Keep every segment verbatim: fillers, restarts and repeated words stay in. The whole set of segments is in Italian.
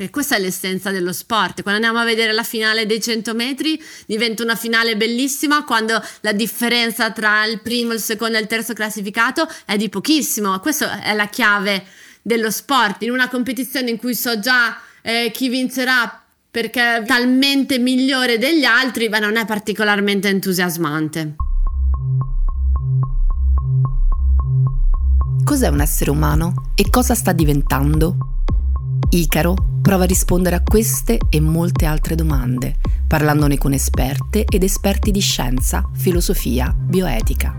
E questa è l'essenza dello sport. Quando andiamo a vedere la finale dei cento metri diventa una finale bellissima quando la differenza tra il primo, il secondo e il terzo classificato è di pochissimo. Questa è la chiave dello sport. In una competizione in cui so già eh, chi vincerà perché è talmente migliore degli altri, ma non è particolarmente entusiasmante. Cos'è un essere umano e cosa sta diventando? Icaro prova a rispondere a queste e molte altre domande, parlandone con esperte ed esperti di scienza, filosofia, bioetica.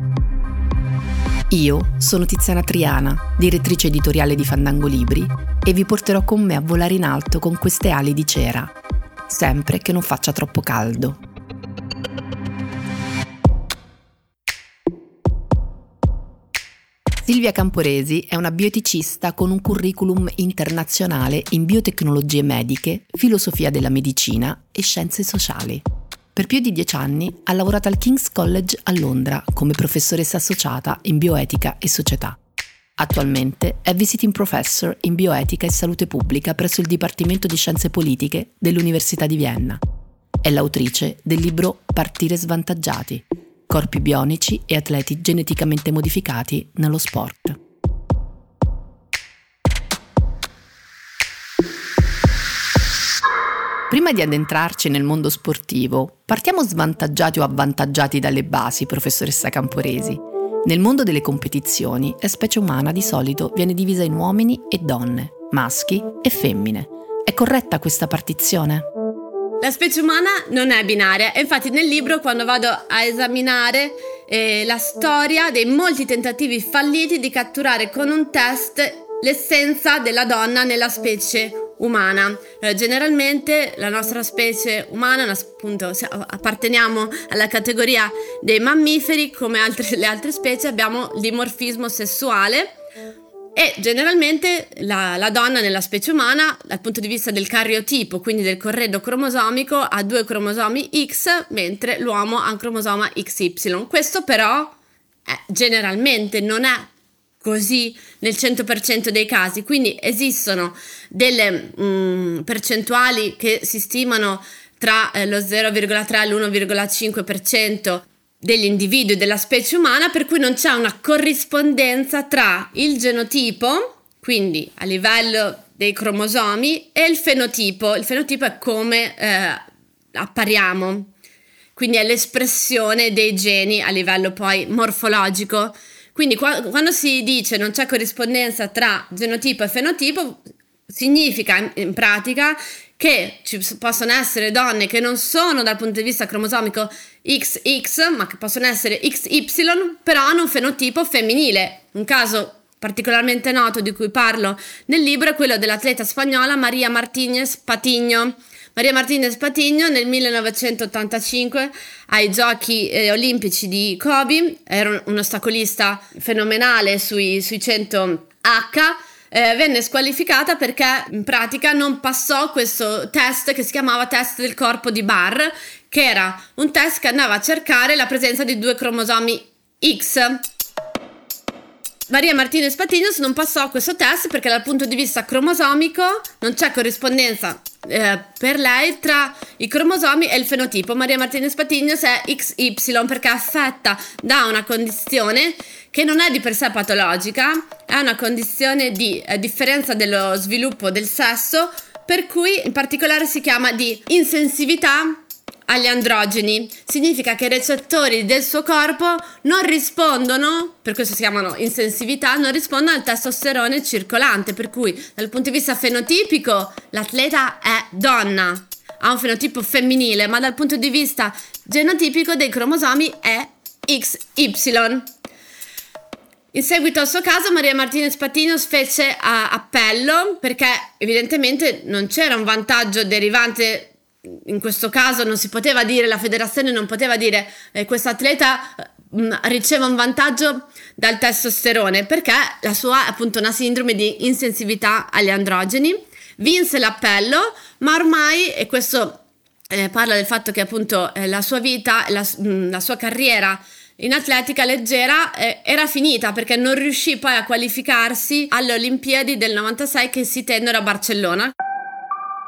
Io sono Tiziana Triana, direttrice editoriale di Fandango Libri, e vi porterò con me a volare in alto con queste ali di cera, sempre che non faccia troppo caldo. Silvia Camporesi è una bioeticista con un curriculum internazionale in biotecnologie mediche, filosofia della medicina e scienze sociali. Per più di dieci anni ha lavorato al King's College a Londra come professoressa associata in bioetica e società. Attualmente è Visiting Professor in bioetica e salute pubblica presso il Dipartimento di Scienze Politiche dell'Università di Vienna. È l'autrice del libro Partire svantaggiati, corpi bionici e atleti geneticamente modificati nello sport. Prima di addentrarci nel mondo sportivo, partiamo svantaggiati o avvantaggiati dalle basi, professoressa Camporesi. Nel mondo delle competizioni, la specie umana di solito viene divisa in uomini e donne, maschi e femmine. È corretta questa partizione? La specie umana non è binaria e infatti nel libro, quando vado a esaminare eh, la storia dei molti tentativi falliti di catturare con un test l'essenza della donna nella specie umana. Eh, generalmente la nostra specie umana, appunto, apparteniamo alla categoria dei mammiferi, come altre, le altre specie abbiamo il dimorfismo sessuale. E generalmente la, la donna nella specie umana, dal punto di vista del cariotipo, quindi del corredo cromosomico, ha due cromosomi X, mentre l'uomo ha un cromosoma X Y. Questo però eh, generalmente non è così nel cento per cento dei casi, quindi esistono delle mh, percentuali che si stimano tra eh, lo zero virgola tre e l'uno virgola cinque per cento degli individui della specie umana, per cui non c'è una corrispondenza tra il genotipo, quindi a livello dei cromosomi, e il fenotipo. Il fenotipo è come eh, appariamo, quindi è l'espressione dei geni a livello poi morfologico. Quindi quando si dice non c'è corrispondenza tra genotipo e fenotipo, significa in pratica che ci possono essere donne che non sono dal punto di vista cromosomico X X, ma che possono essere X Y, però hanno un fenotipo femminile. Un caso particolarmente noto di cui parlo nel libro è quello dell'atleta spagnola María Martínez Patiño. María Martínez Patiño nel millenovecentottantacinque ai giochi eh, olimpici di Kobe era un ostacolista fenomenale sui, sui cento H. Eh, venne squalificata perché in pratica non passò questo test che si chiamava test del corpo di Barr, che era un test che andava a cercare la presenza di due cromosomi X. María Martínez Patiño non passò questo test perché dal punto di vista cromosomico non c'è corrispondenza eh, per lei tra i cromosomi e il fenotipo. María Martínez Patiño è X Y perché è affetta da una condizione che non è di per sé patologica, è una condizione di eh, differenza dello sviluppo del sesso, per cui in particolare si chiama di insensività agli androgeni. Significa che i recettori del suo corpo non rispondono, per questo si chiamano insensività, non rispondono al testosterone circolante, per cui dal punto di vista fenotipico l'atleta è donna, ha un fenotipo femminile, ma dal punto di vista genotipico dei cromosomi è X Y. In seguito al suo caso María Martínez Patiño fece a appello perché evidentemente non c'era un vantaggio derivante. In questo caso non si poteva dire, la federazione non poteva dire eh, questo atleta mh, riceve un vantaggio dal testosterone, perché la sua è appunto una sindrome di insensività agli androgeni. Vinse l'appello, ma ormai, e questo eh, parla del fatto che appunto eh, la sua vita, la, mh, la sua carriera in atletica leggera eh, era finita, perché non riuscì poi a qualificarsi alle Olimpiadi del novantasei che si tennero a Barcellona.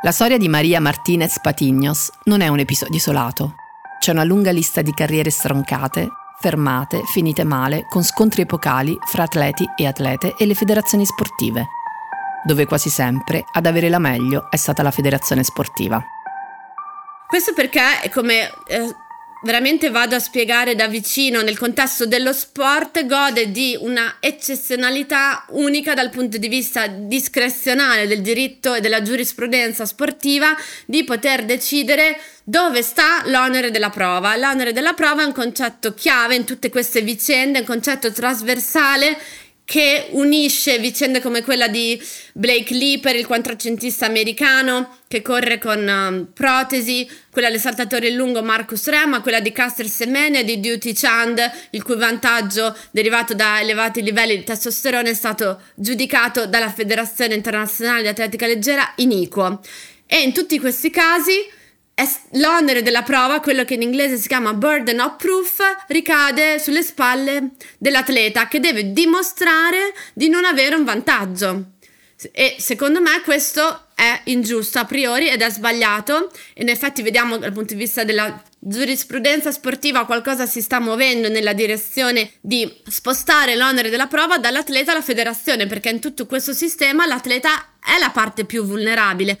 La storia di Maria Martínez Patiños non è un episodio isolato. C'è una lunga lista di carriere stroncate, fermate, finite male, con scontri epocali fra atleti e atlete e le federazioni sportive, dove quasi sempre ad avere la meglio è stata la federazione sportiva. Questo perché, come eh, veramente vado a spiegare da vicino nel contesto dello sport, gode di una eccezionalità unica dal punto di vista discrezionale del diritto e della giurisprudenza sportiva di poter decidere dove sta l'onere della prova. L'onere della prova è un concetto chiave in tutte queste vicende, un concetto trasversale che unisce vicende come quella di Blake Leeper, il quattrocentista americano che corre con um, protesi, quella del saltatore in lungo Marcus Rema, quella di Caster Semenya e di Dutee Chand, il cui vantaggio derivato da elevati livelli di testosterone è stato giudicato dalla Federazione Internazionale di Atletica Leggera iniquo. E in tutti questi casi l'onere della prova, quello che in inglese si chiama burden of proof, ricade sulle spalle dell'atleta che deve dimostrare di non avere un vantaggio. E secondo me questo è ingiusto a priori ed è sbagliato. In effetti vediamo dal punto di vista della giurisprudenza sportiva qualcosa si sta muovendo nella direzione di spostare l'onere della prova dall'atleta alla federazione, perché in tutto questo sistema l'atleta è la parte più vulnerabile.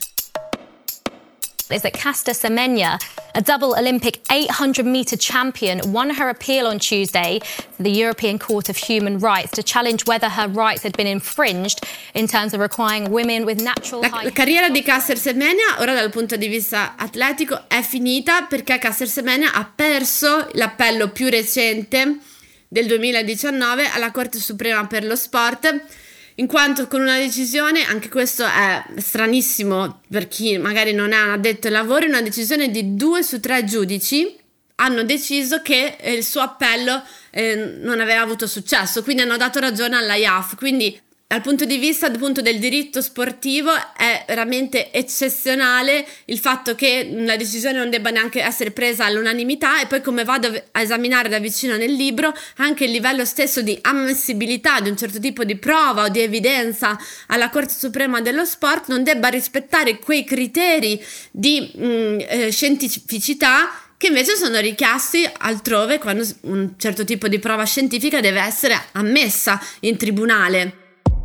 Is that Caster Semenya, a double Olympic eight hundred metre champion, won her appeal on Tuesday to the European Court of Human Rights to challenge whether her rights had been infringed in terms of requiring women with natural high... La, la carriera di Caster Semenya ora dal punto di vista atletico è finita perché Caster Semenya ha perso l'appello più recente del duemiladiciannove alla Corte Suprema per lo Sport, in quanto con una decisione, anche questo è stranissimo per chi magari non è un addetto ai lavori, una decisione di due su tre giudici hanno deciso che il suo appello eh, non aveva avuto successo, quindi hanno dato ragione alla I A F. Quindi dal punto di vista appunto del diritto sportivo è veramente eccezionale il fatto che la decisione non debba neanche essere presa all'unanimità. E poi, come vado a esaminare da vicino nel libro, anche il livello stesso di ammissibilità di un certo tipo di prova o di evidenza alla Corte Suprema dello Sport non debba rispettare quei criteri di mh, eh, scientificità che invece sono richiesti altrove quando un certo tipo di prova scientifica deve essere ammessa in tribunale.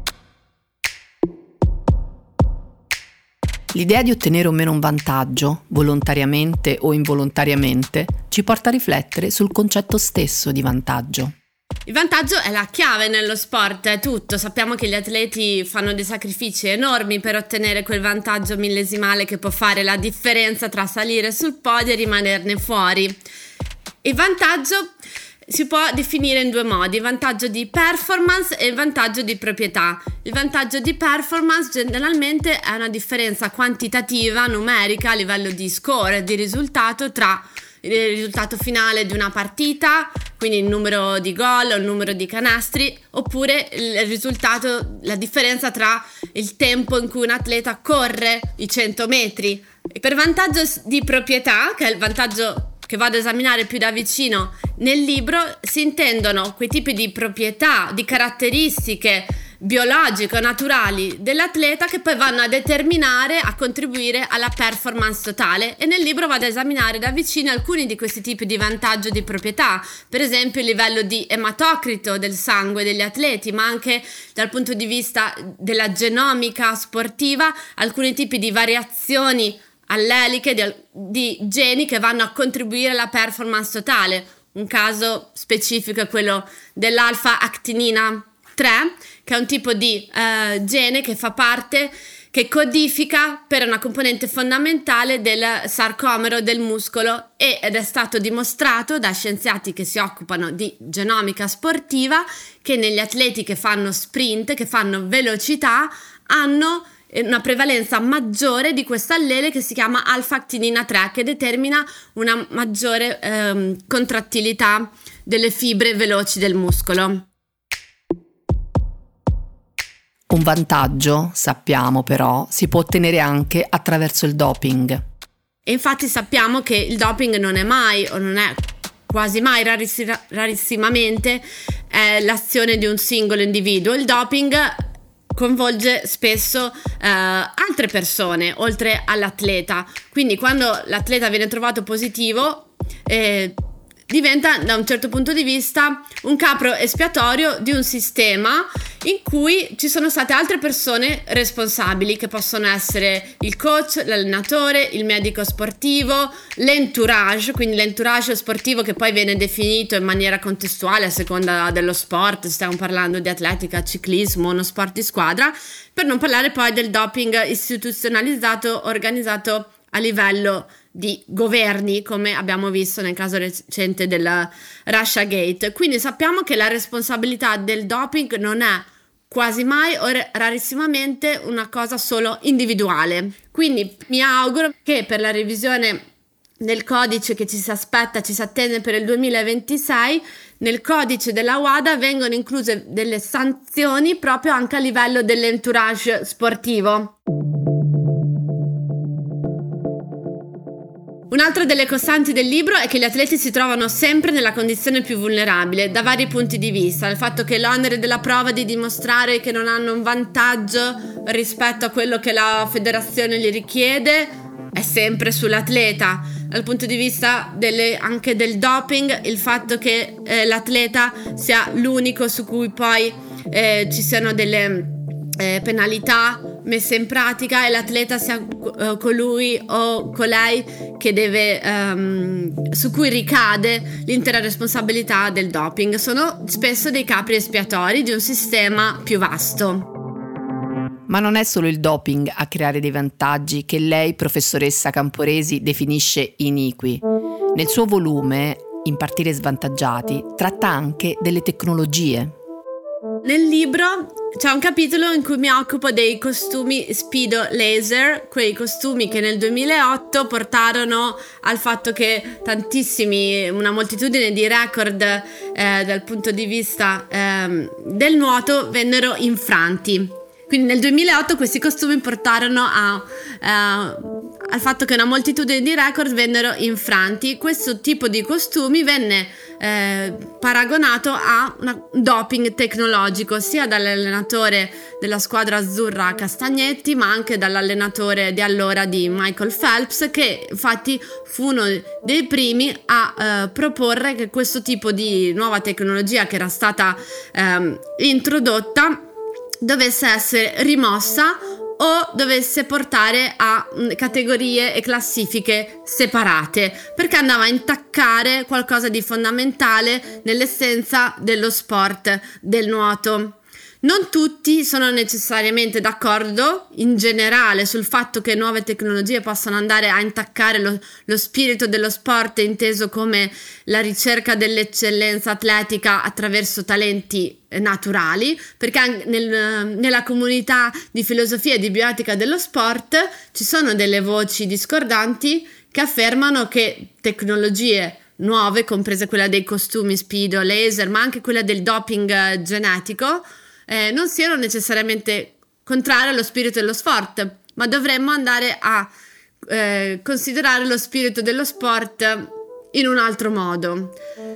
L'idea di ottenere o meno un vantaggio, volontariamente o involontariamente, ci porta a riflettere sul concetto stesso di vantaggio. Il vantaggio è la chiave nello sport, è tutto. Sappiamo che gli atleti fanno dei sacrifici enormi per ottenere quel vantaggio millesimale che può fare la differenza tra salire sul podio e rimanerne fuori. Il vantaggio si può definire in due modi: il vantaggio di performance e il vantaggio di proprietà. Il vantaggio di performance generalmente è una differenza quantitativa, numerica, a livello di score, di risultato tra il risultato finale di una partita, quindi il numero di gol o il numero di canestri, oppure il risultato, la differenza tra il tempo in cui un atleta corre i cento metri. Per vantaggio di proprietà, che è il vantaggio che vado a esaminare più da vicino nel libro, si intendono quei tipi di proprietà, di caratteristiche biologiche o naturali dell'atleta che poi vanno a determinare, a contribuire alla performance totale. E nel libro vado a esaminare da vicino alcuni di questi tipi di vantaggio di proprietà, per esempio il livello di ematocrito del sangue degli atleti, ma anche dal punto di vista della genomica sportiva alcuni tipi di variazioni alleliche di, di geni che vanno a contribuire alla performance totale. Un caso specifico è quello dell'alfa-actinina tre, che è un tipo di eh, gene che fa parte, che codifica per una componente fondamentale del sarcomero del muscolo, ed è stato dimostrato da scienziati che si occupano di genomica sportiva che negli atleti che fanno sprint, che fanno velocità, hanno una prevalenza maggiore di questo allele che si chiama alfa-actinina tre, che determina una maggiore ehm, contrattilità delle fibre veloci del muscolo. Un vantaggio, sappiamo però, si può ottenere anche attraverso il doping. E infatti sappiamo che il doping non è mai, o non è quasi mai, rarissi- rarissimamente, è l'azione di un singolo individuo. Il doping coinvolge spesso eh, altre persone oltre all'atleta. Quindi quando l'atleta viene trovato positivo eh, diventa da un certo punto di vista un capro espiatorio di un sistema in cui ci sono state altre persone responsabili, che possono essere il coach, l'allenatore, il medico sportivo, l'entourage, quindi l'entourage sportivo che poi viene definito in maniera contestuale a seconda dello sport. Stiamo parlando di atletica, ciclismo, uno sport di squadra, per non parlare poi del doping istituzionalizzato, organizzato a livello di governi, come abbiamo visto nel caso recente della Russiagate. Quindi sappiamo che la responsabilità del doping non è quasi mai o rarissimamente una cosa solo individuale. Quindi mi auguro che per la revisione del codice che ci si aspetta, ci si attende per il duemilaventisei, nel codice della WADA vengono incluse delle sanzioni proprio anche a livello dell'entourage sportivo. Un'altra delle costanti del libro è che gli atleti si trovano sempre nella condizione più vulnerabile da vari punti di vista. Il fatto che l'onere della prova di dimostrare che non hanno un vantaggio rispetto a quello che la federazione gli richiede è sempre sull'atleta. Dal punto di vista delle, anche del doping, il fatto che eh, l'atleta sia l'unico su cui poi eh, ci siano delle eh, penalità messe in pratica e l'atleta sia uh, colui o colei che deve um, su cui ricade l'intera responsabilità del doping. Sono spesso dei capri espiatori di un sistema più vasto. Ma non è solo il doping a creare dei vantaggi che lei, professoressa Camporesi, definisce iniqui. Nel suo volume Impartire svantaggiati tratta anche delle tecnologie. Nel libro c'è un capitolo in cui mi occupo dei costumi Speedo Laser, quei costumi che nel duemilaotto portarono al fatto che tantissimi, una moltitudine di record eh, dal punto di vista eh, del nuoto vennero infranti. Quindi nel duemilaotto questi costumi portarono a, uh, al fatto che una moltitudine di record vennero infranti. Questo tipo di costumi venne eh, paragonato a un doping tecnologico sia dall'allenatore della squadra azzurra Castagnetti, ma anche dall'allenatore di allora di Michael Phelps, che infatti fu uno dei primi a eh, proporre che questo tipo di nuova tecnologia che era stata eh, introdotta dovesse essere rimossa o dovesse portare a categorie e classifiche separate, perché andava a intaccare qualcosa di fondamentale nell'essenza dello sport del nuoto. Non tutti sono necessariamente d'accordo in generale sul fatto che nuove tecnologie possano andare a intaccare lo, lo spirito dello sport, inteso come la ricerca dell'eccellenza atletica attraverso talenti naturali, perché nel, nella comunità di filosofia e di bioetica dello sport ci sono delle voci discordanti che affermano che tecnologie nuove, comprese quella dei costumi Speedo Laser, ma anche quella del doping genetico, Eh, non siano necessariamente contrarie allo spirito dello sport, ma dovremmo andare a eh, considerare lo spirito dello sport in un altro modo,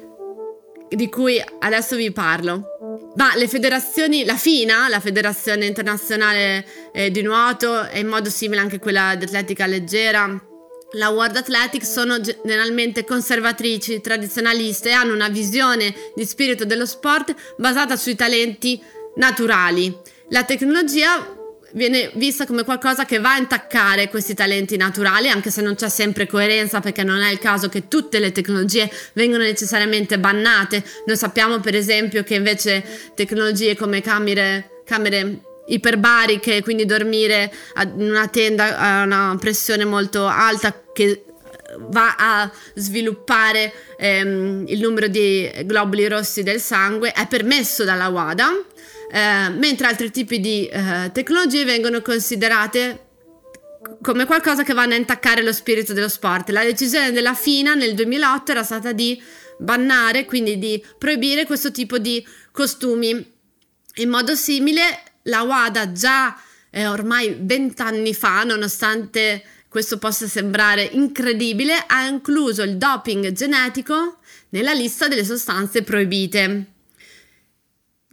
di cui adesso vi parlo. Ma le federazioni, la FINA, la Federazione Internazionale eh, di Nuoto, e in modo simile anche quella di atletica leggera, la World Athletics, sono generalmente conservatrici, tradizionaliste e hanno una visione di spirito dello sport basata sui talenti naturali. La tecnologia viene vista come qualcosa che va a intaccare questi talenti naturali, anche se non c'è sempre coerenza, perché non è il caso che tutte le tecnologie vengano necessariamente bannate. Noi sappiamo per esempio che invece tecnologie come camere, camere iperbariche, quindi dormire in una tenda a una pressione molto alta che va a sviluppare ehm, il numero di globuli rossi del sangue, è permesso dalla WADA. Eh, mentre altri tipi di eh, tecnologie vengono considerate come qualcosa che vanno a intaccare lo spirito dello sport. La decisione della FINA nel duemilaotto era stata di bannare, quindi di proibire questo tipo di costumi. In modo simile la WADA già eh, ormai vent'anni fa, nonostante questo possa sembrare incredibile, ha incluso il doping genetico nella lista delle sostanze proibite.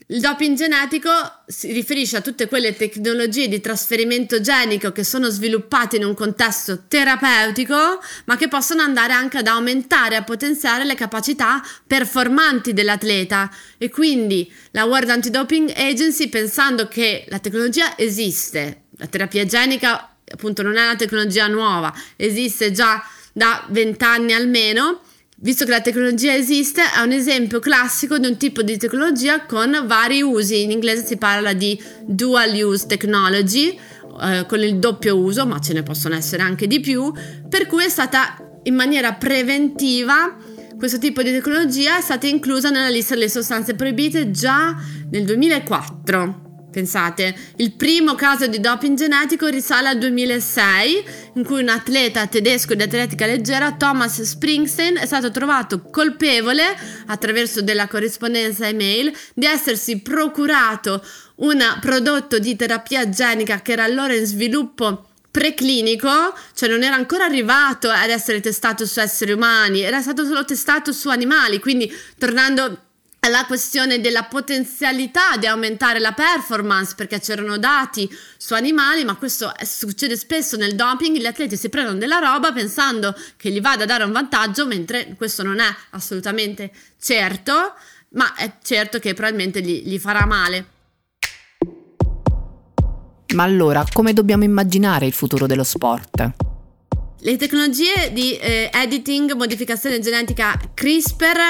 Il doping genetico si riferisce a tutte quelle tecnologie di trasferimento genico che sono sviluppate in un contesto terapeutico, ma che possono andare anche ad aumentare e a potenziare le capacità performanti dell'atleta. E quindi la World Anti-Doping Agency, pensando che la tecnologia esiste, la terapia genica appunto non è una tecnologia nuova, esiste già da vent'anni almeno. Visto che la tecnologia esiste, è un esempio classico di un tipo di tecnologia con vari usi. In inglese si parla di dual use technology, eh, con il doppio uso, ma ce ne possono essere anche di più, per cui è stata in maniera preventiva, questo tipo di tecnologia è stata inclusa nella lista delle sostanze proibite già nel duemilaquattro. Pensate, il primo caso di doping genetico risale al duemilasei, in cui un atleta tedesco di atletica leggera, Thomas Springsteen, è stato trovato colpevole, attraverso della corrispondenza email, di essersi procurato un prodotto di terapia genica che era allora in sviluppo preclinico, cioè non era ancora arrivato ad essere testato su esseri umani, era stato solo testato su animali. Quindi, tornando alla questione della potenzialità di aumentare la performance, perché c'erano dati su animali, ma questo succede spesso nel doping, gli atleti si prendono della roba pensando che gli vada a dare un vantaggio, mentre questo non è assolutamente certo, ma è certo che probabilmente gli, gli farà male. Ma allora, come dobbiamo immaginare il futuro dello sport? Le tecnologie di eh, editing, modificazione genetica CRISPR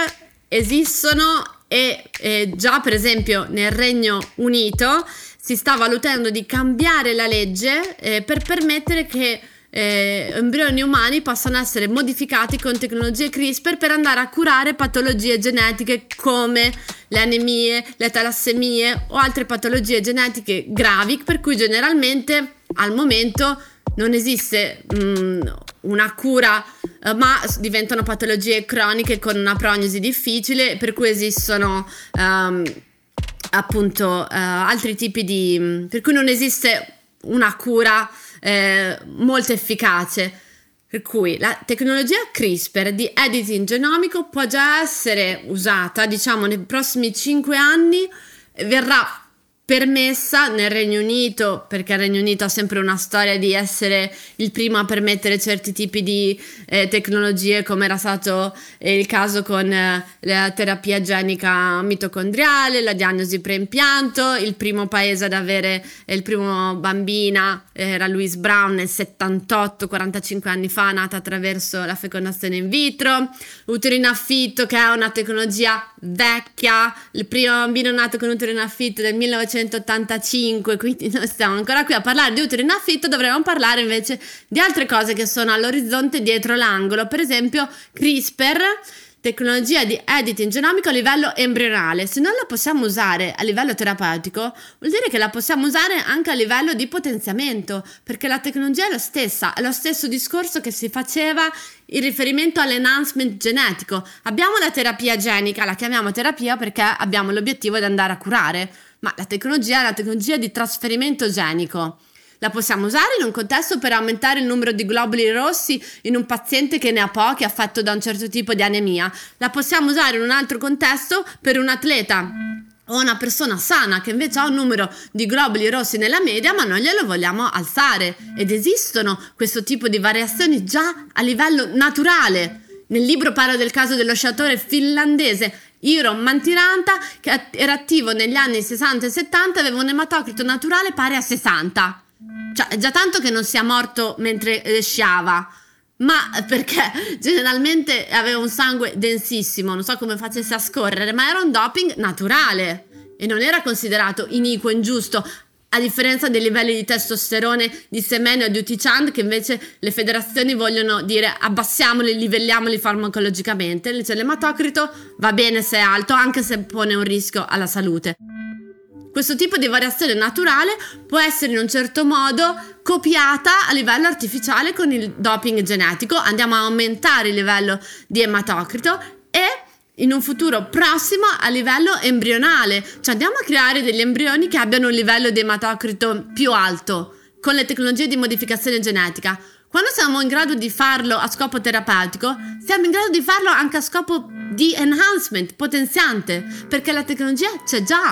esistono e eh, già per esempio nel Regno Unito si sta valutando di cambiare la legge eh, per permettere che eh, embrioni umani possano essere modificati con tecnologie CRISPR per andare a curare patologie genetiche come le anemie, le talassemie o altre patologie genetiche gravi, per cui generalmente al momento non esiste mh, una cura, uh, ma diventano patologie croniche con una prognosi difficile, per cui esistono um, appunto uh, altri tipi di... per cui non esiste una cura eh, molto efficace. Per cui la tecnologia CRISPR di editing genomico può già essere usata, diciamo, nei prossimi cinque anni, verrà permessa nel Regno Unito, perché il Regno Unito ha sempre una storia di essere il primo a permettere certi tipi di eh, tecnologie, come era stato eh, il caso con eh, la terapia genica mitocondriale, la diagnosi preimpianto. Il primo paese ad avere eh, il primo bambina eh, era Louise Brown nel settantotto, quarantacinque anni fa, nata attraverso la fecondazione in vitro. Utero in affitto, che è una tecnologia vecchia, il primo bambino nato con utero in affitto del millenovecentottantacinque, quindi noi stiamo ancora qui a parlare di utero in affitto. Dovremmo parlare invece di altre cose che sono all'orizzonte dietro l'angolo, per esempio CRISPR, tecnologia di editing genomico a livello embrionale. Se non la possiamo usare a livello terapeutico, vuol dire che la possiamo usare anche a livello di potenziamento, perché la tecnologia è la stessa, è lo stesso discorso che si faceva in riferimento all'enhancement genetico. Abbiamo la terapia genica, la chiamiamo terapia perché abbiamo l'obiettivo di andare a curare, ma la tecnologia è la tecnologia di trasferimento genico. La possiamo usare in un contesto per aumentare il numero di globuli rossi in un paziente che ne ha pochi, affetto da un certo tipo di anemia. La possiamo usare in un altro contesto per un atleta o una persona sana che invece ha un numero di globuli rossi nella media, ma noi glielo vogliamo alzare. Ed esistono questo tipo di variazioni già a livello naturale. Nel libro parlo del caso dello sciatore finlandese Iiro Mantiranta, che era attivo negli anni sessanta e settanta, aveva un ematocrito naturale pari a sessanta. Cioè, è già tanto che non sia morto mentre sciava, ma perché generalmente aveva un sangue densissimo, non so come facesse a scorrere, ma era un doping naturale e non era considerato iniquo, ingiusto, a differenza dei livelli di testosterone, di semene o di utichand, che invece le federazioni vogliono dire abbassiamoli, livelliamoli farmacologicamente. Invece l'ematocrito va bene se è alto, anche se pone un rischio alla salute. Questo tipo di variazione naturale può essere in un certo modo copiata a livello artificiale con il doping genetico. Andiamo a aumentare il livello di ematocrito e in un futuro prossimo a livello embrionale, cioè andiamo a creare degli embrioni che abbiano un livello di ematocrito più alto con le tecnologie di modificazione genetica. Quando siamo in grado di farlo a scopo terapeutico, siamo in grado di farlo anche a scopo di enhancement, potenziante, perché la tecnologia c'è già.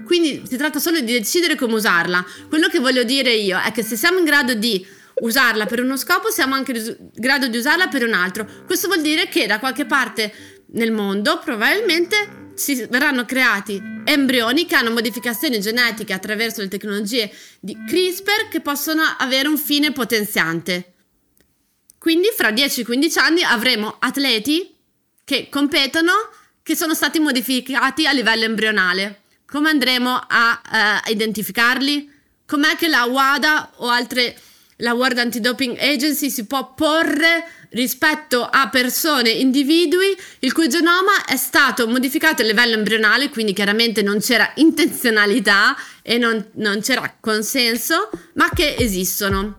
quindi si tratta solo di decidere come usarla. Quello che voglio dire io è che se siamo in grado di usarla per uno scopo, siamo anche in grado di usarla per un altro. Questo vuol dire che da qualche parte nel mondo probabilmente si verranno creati embrioni che hanno modificazioni genetiche attraverso le tecnologie di CRISPR che possono avere un fine potenziante. Quindi fra dieci quindici anni avremo atleti che competono che sono stati modificati a livello embrionale. Come andremo a uh, identificarli? Com'è che la W A D A o altre, la World Anti-Doping Agency, si può porre rispetto a persone, individui il cui genoma è stato modificato a livello embrionale, quindi chiaramente non c'era intenzionalità e non, non c'era consenso, ma che esistono?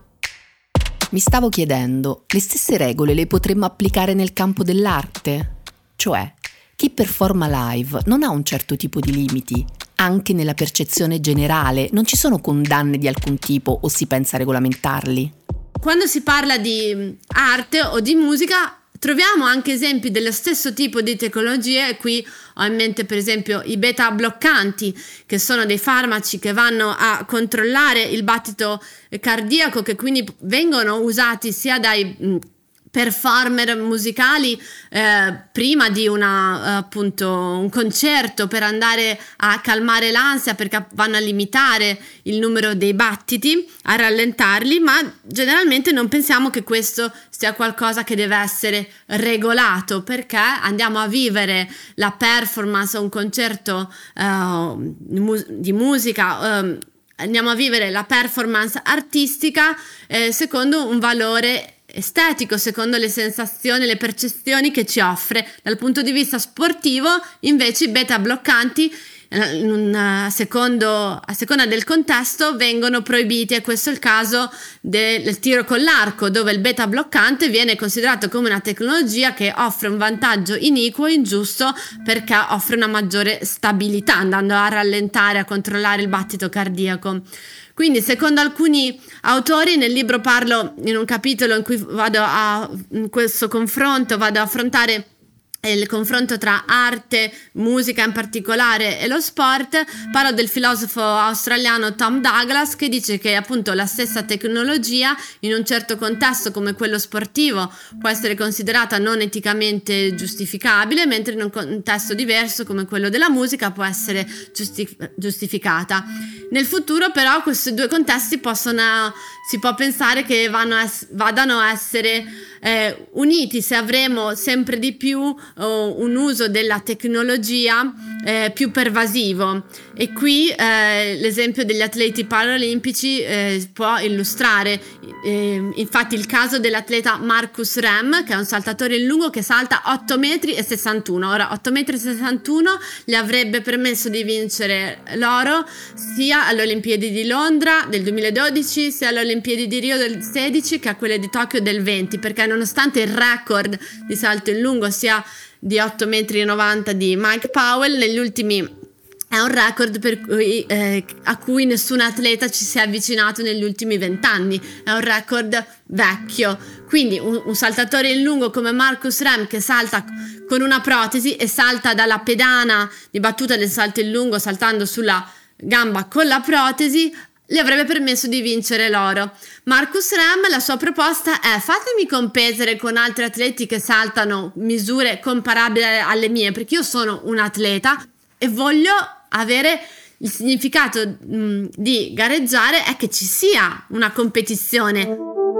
Mi stavo chiedendo, le stesse regole le potremmo applicare nel campo dell'arte? Cioè, chi performa live non ha un certo tipo di limiti? Anche nella percezione generale non ci sono condanne di alcun tipo o si pensa a regolamentarli? Quando si parla di arte o di musica troviamo anche esempi dello stesso tipo di tecnologie. Qui ho in mente per esempio i beta bloccanti, che sono dei farmaci che vanno a controllare il battito cardiaco, che quindi vengono usati sia dai performer musicali eh, prima di una, appunto, un concerto, per andare a calmare l'ansia, perché vanno a limitare il numero dei battiti, a rallentarli, ma generalmente non pensiamo che questo sia qualcosa che deve essere regolato, perché andiamo a vivere la performance o un concerto uh, di musica, uh, andiamo a vivere la performance artistica eh, secondo un valore estetico, secondo le sensazioni, le percezioni che ci offre. Dal punto di vista sportivo, invece, i beta bloccanti, a, secondo, a seconda del contesto, vengono proibiti, e questo è il caso del tiro con l'arco, dove il beta bloccante viene considerato come una tecnologia che offre un vantaggio iniquo, ingiusto, perché offre una maggiore stabilità, andando a rallentare, a controllare il battito cardiaco. Quindi, secondo alcuni autori, nel libro parlo in un capitolo in cui vado a in questo confronto, vado a affrontare il confronto tra arte, musica in particolare e lo sport. Parlo del filosofo australiano Tom Douglas, che dice che appunto la stessa tecnologia in un certo contesto come quello sportivo può essere considerata non eticamente giustificabile, mentre in un contesto diverso come quello della musica può essere giusti- giustificata. Nel futuro però questi due contesti possono, si può pensare che vanno es- vadano a essere eh, uniti, se avremo sempre di più un uso della tecnologia eh, più pervasivo. E qui eh, l'esempio degli atleti paralimpici eh, può illustrare eh, infatti il caso dell'atleta Marcus Rem, che è un saltatore in lungo che salta otto metri e sessantuno. Ora, otto metri e sessantuno gli avrebbe permesso di vincere l'oro sia alle Olimpiadi di Londra del duemiladodici, sia alle Olimpiadi di Rio del sedici, che a quelle di Tokyo del venti, perché nonostante il record di salto in lungo sia di otto metri e novanta di Mike Powell, negli ultimi è un record per cui, eh, a cui nessun atleta ci si è avvicinato negli ultimi vent'anni. È un record vecchio. Quindi un, un saltatore in lungo come Marcus Rem, che salta con una protesi e salta dalla pedana di battuta del salto in lungo saltando sulla gamba con la protesi, le avrebbe permesso di vincere l'oro. Marcus Rem, la sua proposta è: fatemi competere con altri atleti che saltano misure comparabili alle mie, perché io sono un atleta e voglio avere il significato mh, di gareggiare è che ci sia una competizione.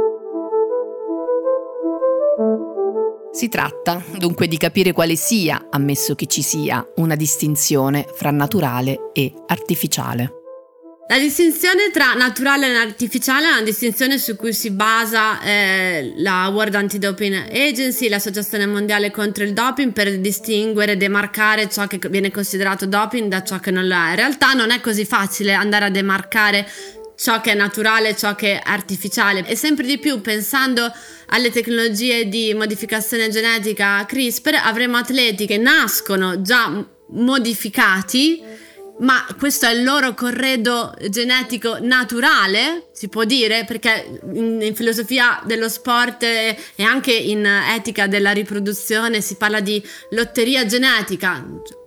Si tratta dunque di capire quale sia, ammesso che ci sia, una distinzione fra naturale e artificiale. La distinzione tra naturale e artificiale è una distinzione su cui si basa eh, la World Anti-Doping Agency, l'Associazione Mondiale contro il Doping, per distinguere e demarcare ciò che viene considerato doping da ciò che non lo è. In realtà non è così facile andare a demarcare ciò che è naturale e ciò che è artificiale, e sempre di più, pensando alle tecnologie di modificazione genetica CRISPR, avremo atleti che nascono già modificati, ma questo è il loro corredo genetico naturale, si può dire, perché in, in filosofia dello sport e, e anche in etica della riproduzione si parla di lotteria genetica,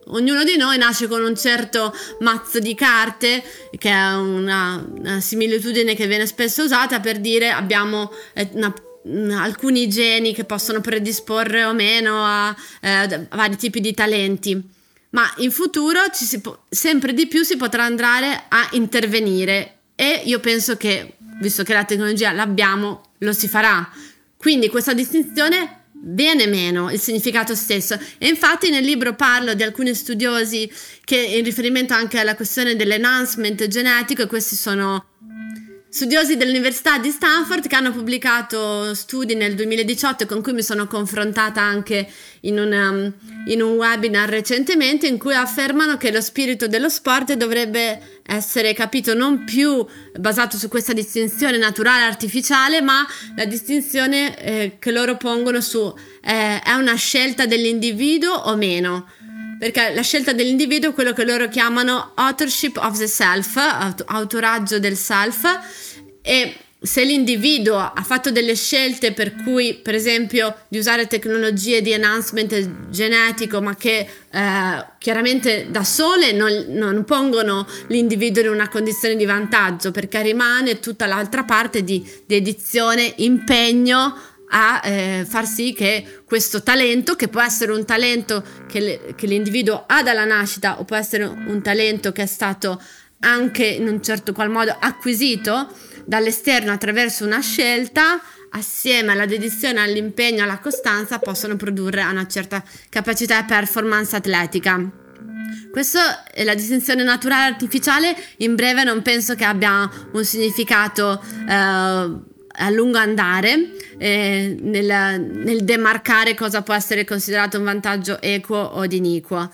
Ognuno di noi nasce con un certo mazzo di carte, che è una, una similitudine che viene spesso usata per dire abbiamo una, una, alcuni geni che possono predisporre o meno a, eh, a vari tipi di talenti. Ma in futuro ci si po- sempre di più si potrà andare a intervenire, e io penso che, visto che la tecnologia l'abbiamo, lo si farà. Quindi questa distinzione viene meno, il significato stesso. E infatti nel libro parlo di alcuni studiosi che, in riferimento anche alla questione dell'enhancement genetico, e questi sono studiosi dell'Università di Stanford che hanno pubblicato studi nel duemiladiciotto, con cui mi sono confrontata anche in un, in un webinar recentemente, in cui affermano che lo spirito dello sport dovrebbe essere capito non più basato su questa distinzione naturale artificiale, ma la distinzione eh, che loro pongono su eh, è una scelta dell'individuo o meno. Perché la scelta dell'individuo è quello che loro chiamano authorship of the self, aut- autoraggio del self, e se l'individuo ha fatto delle scelte per cui, per esempio, di usare tecnologie di enhancement genetico, ma che eh, chiaramente da sole non, non pongono l'individuo in una condizione di vantaggio, perché rimane tutta l'altra parte di dedizione, impegno a eh, far sì che questo talento, che può essere un talento che, le, che l'individuo ha dalla nascita, o può essere un talento che è stato anche in un certo qual modo acquisito dall'esterno attraverso una scelta, assieme alla dedizione, all'impegno, alla costanza, possono produrre una certa capacità e performance atletica. Questa è la distinzione naturale artificiale. In breve non penso che abbia un significato eh, a lungo andare eh, nel, nel demarcare cosa può essere considerato un vantaggio equo o iniquo.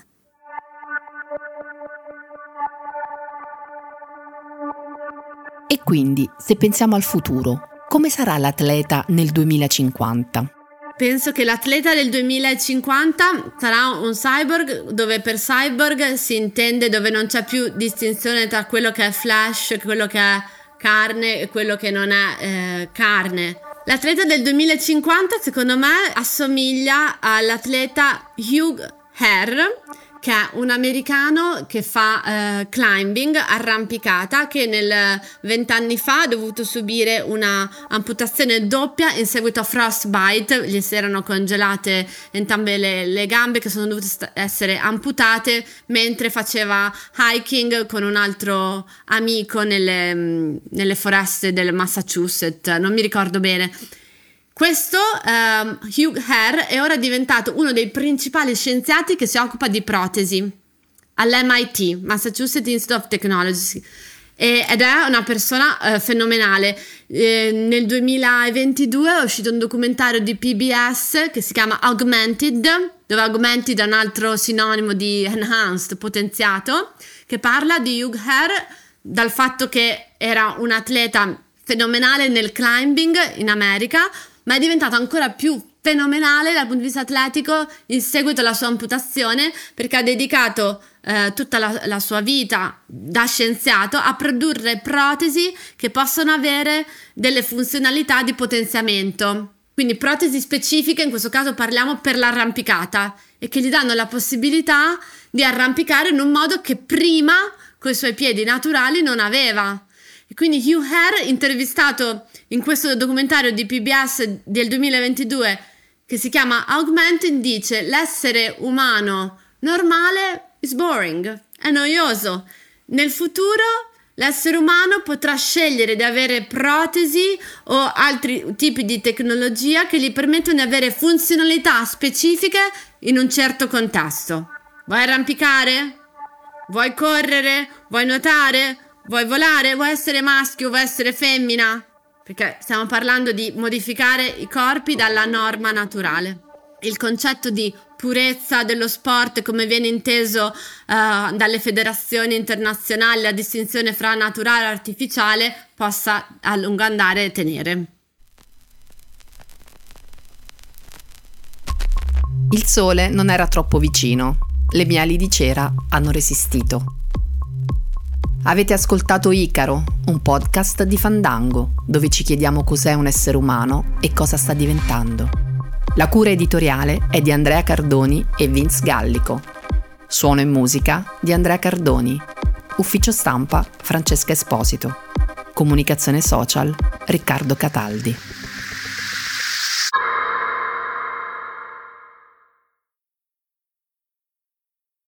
E quindi, se pensiamo al futuro, come sarà l'atleta nel duemilacinquanta? Penso che l'atleta del duemilacinquanta sarà un cyborg, dove per cyborg si intende dove non c'è più distinzione tra quello che è flesh, quello che è carne e quello che non è eh, carne. L'atleta del duemilacinquanta secondo me assomiglia all'atleta Hugh Herr, che è un americano che fa eh, climbing, arrampicata, che nel vent'anni fa ha dovuto subire una amputazione doppia in seguito a frostbite. Gli si erano congelate entrambe le, le gambe, che sono dovute st- essere amputate mentre faceva hiking con un altro amico nelle, nelle foreste del Massachusetts, non mi ricordo bene. Questo um, Hugh Herr è ora diventato uno dei principali scienziati che si occupa di protesi all'M I T, Massachusetts Institute of Technology, e, ed è una persona uh, fenomenale. Eh, nel duemilaventidue è uscito un documentario di P B S che si chiama Augmented, dove Augmented è un altro sinonimo di enhanced, potenziato, che parla di Hugh Herr, dal fatto che era un atleta fenomenale nel climbing in America, ma è diventato ancora più fenomenale dal punto di vista atletico in seguito alla sua amputazione, perché ha dedicato eh, tutta la, la sua vita da scienziato a produrre protesi che possono avere delle funzionalità di potenziamento, quindi protesi specifiche, in questo caso parliamo per l'arrampicata, e che gli danno la possibilità di arrampicare in un modo che prima con i suoi piedi naturali non aveva. E quindi Hugh Herr, intervistato in questo documentario di P B S del duemilaventidue che si chiama Augmented, dice: l'essere umano normale is boring, è noioso. Nel futuro l'essere umano potrà scegliere di avere protesi o altri tipi di tecnologia che gli permettono di avere funzionalità specifiche in un certo contesto. Vuoi arrampicare? Vuoi correre? Vuoi nuotare? Vuoi volare? Vuoi essere maschio? Vuoi essere femmina? Perché stiamo parlando di modificare i corpi dalla norma naturale. Il concetto di purezza dello sport, come viene inteso uh, dalle federazioni internazionali, la distinzione fra naturale e artificiale, possa a lungo andare tenere. Il sole non era troppo vicino. Le mie ali di cera hanno resistito. Avete ascoltato Icaro, un podcast di Fandango, dove ci chiediamo cos'è un essere umano e cosa sta diventando. La cura editoriale è di Andrea Cardoni e Vince Gallico. Suono e musica di Andrea Cardoni. Ufficio stampa Francesca Esposito. Comunicazione social Riccardo Cataldi.